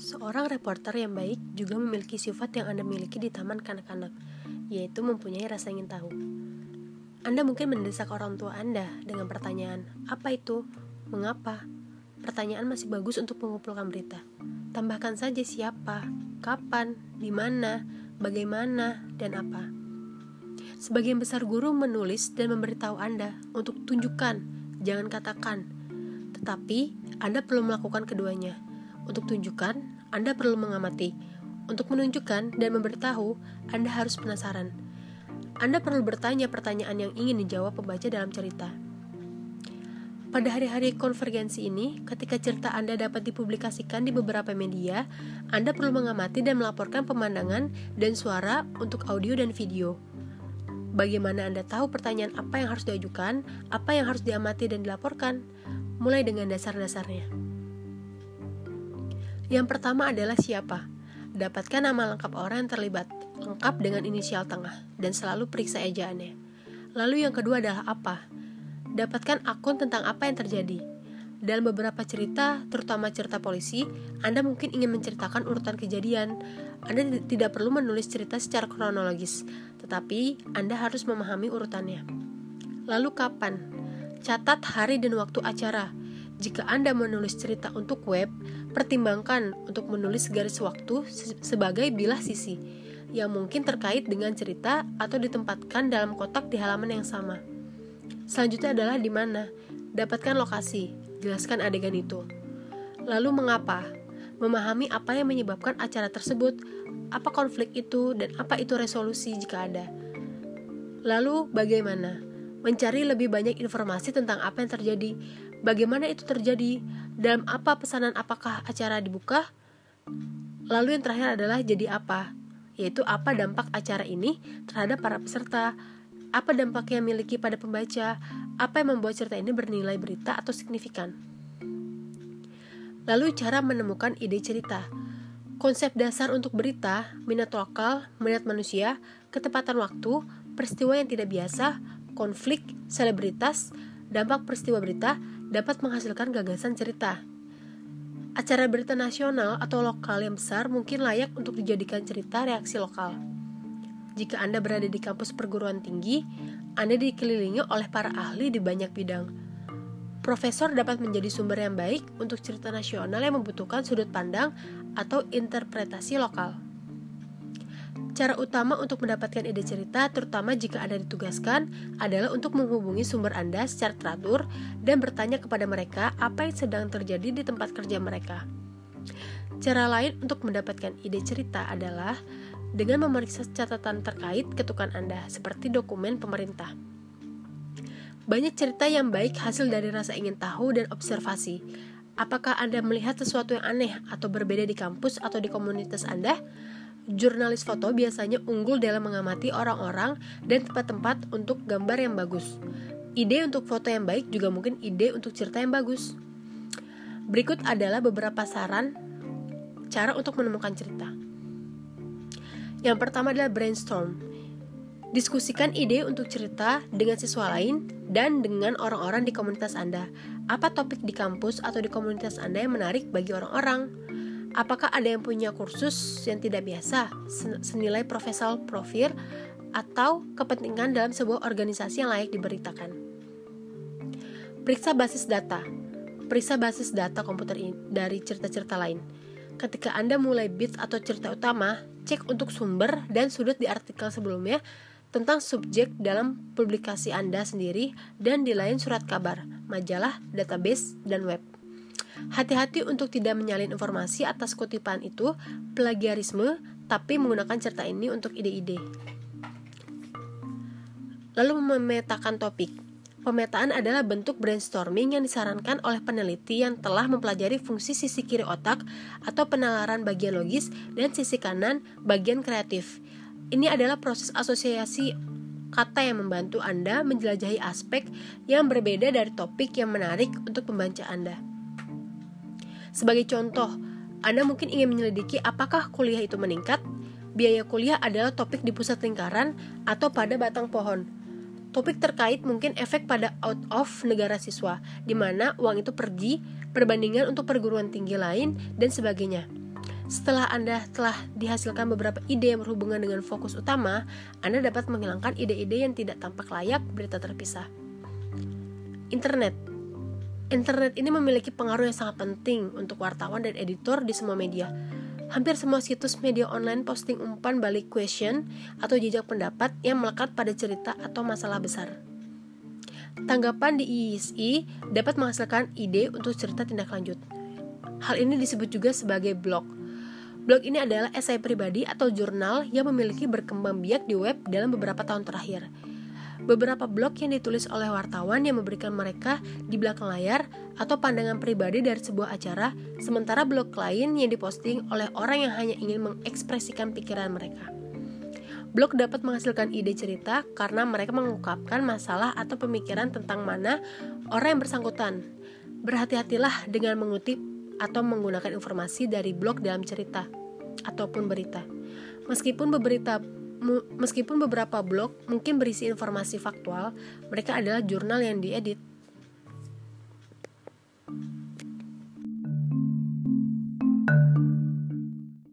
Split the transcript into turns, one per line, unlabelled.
Seorang reporter yang baik juga memiliki sifat yang Anda miliki di taman kanak-kanak, yaitu mempunyai rasa ingin tahu. Anda mungkin mendesak orang tua Anda dengan pertanyaan, apa itu? Mengapa? Pertanyaan masih bagus untuk mengumpulkan berita. Tambahkan saja siapa, kapan, di mana, bagaimana, dan apa. Sebagian besar guru menulis dan memberitahu Anda untuk tunjukkan, jangan katakan. Tetapi, Anda perlu melakukan keduanya. Untuk tunjukkan, Anda perlu mengamati. Untuk menunjukkan dan memberitahu, Anda harus penasaran. Anda perlu bertanya pertanyaan yang ingin dijawab pembaca dalam cerita. Pada hari-hari konvergensi ini, ketika cerita Anda dapat dipublikasikan di beberapa media, Anda perlu mengamati dan melaporkan pemandangan dan suara untuk audio dan video. Bagaimana Anda tahu pertanyaan apa yang harus diajukan, apa yang harus diamati dan dilaporkan? Mulai dengan dasar-dasarnya. Yang pertama adalah siapa. Dapatkan nama lengkap orang yang terlibat, lengkap dengan inisial tengah, dan selalu periksa ejaannya. Lalu yang kedua adalah apa. Dapatkan akun tentang apa yang terjadi. Dalam beberapa cerita, terutama cerita polisi, Anda mungkin ingin menceritakan urutan kejadian. Anda tidak perlu menulis cerita secara kronologis, tetapi Anda harus memahami urutannya. Lalu kapan? Catat hari dan waktu acara. Jika Anda menulis cerita untuk web, pertimbangkan untuk menulis garis waktu sebagai bilah sisi, yang mungkin terkait dengan cerita atau ditempatkan dalam kotak di halaman yang sama. Selanjutnya adalah di mana. Dapatkan lokasi, jelaskan adegan itu. Lalu mengapa? Memahami apa yang menyebabkan acara tersebut, apa konflik itu, dan apa itu resolusi jika ada. Lalu bagaimana? Mencari lebih banyak informasi tentang apa yang terjadi, bagaimana itu terjadi, dalam apa pesanan, apakah acara dibuka. Lalu yang terakhir adalah jadi apa, yaitu apa dampak acara ini terhadap para peserta, apa dampaknya miliki pada pembaca, apa yang membuat cerita ini bernilai berita atau signifikan. Lalu cara menemukan ide cerita. Konsep dasar untuk berita, minat lokal, minat manusia, ketepatan waktu, peristiwa yang tidak biasa, konflik, selebritas, dampak peristiwa berita dapat menghasilkan gagasan cerita. Acara berita nasional atau lokal yang besar mungkin layak untuk dijadikan cerita reaksi lokal. Jika Anda berada di kampus perguruan tinggi, Anda dikelilingi oleh para ahli di banyak bidang. Profesor dapat menjadi sumber yang baik untuk cerita nasional yang membutuhkan sudut pandang atau interpretasi lokal. Cara utama untuk mendapatkan ide cerita, terutama jika Anda ditugaskan, adalah untuk menghubungi sumber Anda secara teratur dan bertanya kepada mereka apa yang sedang terjadi di tempat kerja mereka. Cara lain untuk mendapatkan ide cerita adalah dengan memeriksa catatan terkait ketukan Anda, seperti dokumen pemerintah. Banyak cerita yang baik hasil dari rasa ingin tahu dan observasi. Apakah Anda melihat sesuatu yang aneh atau berbeda di kampus atau di komunitas Anda? Jurnalis foto biasanya unggul dalam mengamati orang-orang dan tempat-tempat untuk gambar yang bagus. Ide untuk foto yang baik juga mungkin ide untuk cerita yang bagus. Berikut adalah beberapa saran cara untuk menemukan cerita. Yang pertama adalah brainstorm. Diskusikan ide untuk cerita dengan siswa lain dan dengan orang-orang di komunitas Anda. Apa topik di kampus atau di komunitas Anda yang menarik bagi orang-orang? Apakah ada yang punya kursus yang tidak biasa, senilai profesor profil, atau kepentingan dalam sebuah organisasi yang layak diberitakan? Periksa basis data. Periksa basis data komputer dari cerita-cerita lain. Ketika Anda mulai bit atau cerita utama, cek untuk sumber dan sudut di artikel sebelumnya tentang subjek dalam publikasi Anda sendiri dan di lain surat kabar, majalah, database, dan web. Hati-hati untuk tidak menyalin informasi atas kutipan itu plagiarisme, tapi menggunakan cerita ini untuk ide-ide. Lalu memetakan topik. Pemetaan adalah bentuk brainstorming yang disarankan oleh peneliti yang telah mempelajari fungsi sisi kiri otak atau penalaran bagian logis dan sisi kanan bagian kreatif. Ini adalah proses asosiasi kata yang membantu Anda menjelajahi aspek yang berbeda dari topik yang menarik untuk pembaca Anda. Sebagai contoh, Anda mungkin ingin menyelidiki apakah kuliah itu meningkat, biaya kuliah adalah topik di pusat lingkaran atau pada batang pohon. Topik terkait mungkin efek pada out of negara siswa, di mana uang itu pergi, perbandingan untuk perguruan tinggi lain, dan sebagainya. Setelah Anda telah dihasilkan beberapa ide yang berhubungan dengan fokus utama, Anda dapat menghilangkan ide-ide yang tidak tampak layak berita terpisah. Internet ini memiliki pengaruh yang sangat penting untuk wartawan dan editor di semua media. Hampir semua situs media online posting umpan balik question atau jejak pendapat yang melekat pada cerita atau masalah besar. Tanggapan di ISI dapat menghasilkan ide untuk cerita tindak lanjut. Hal ini disebut juga sebagai blog. Blog ini adalah esai pribadi atau jurnal yang memiliki berkembang biak di web dalam beberapa tahun terakhir. Beberapa blog yang ditulis oleh wartawan yang memberikan mereka di belakang layar atau pandangan pribadi dari sebuah acara, sementara blog lain yang diposting oleh orang yang hanya ingin mengekspresikan pikiran mereka. Blog dapat menghasilkan ide cerita karena mereka mengungkapkan masalah atau pemikiran tentang mana orang yang bersangkutan. Berhati-hatilah dengan mengutip atau menggunakan informasi dari blog dalam cerita ataupun berita. Meskipun beberapa blog mungkin berisi informasi faktual, mereka adalah jurnal yang diedit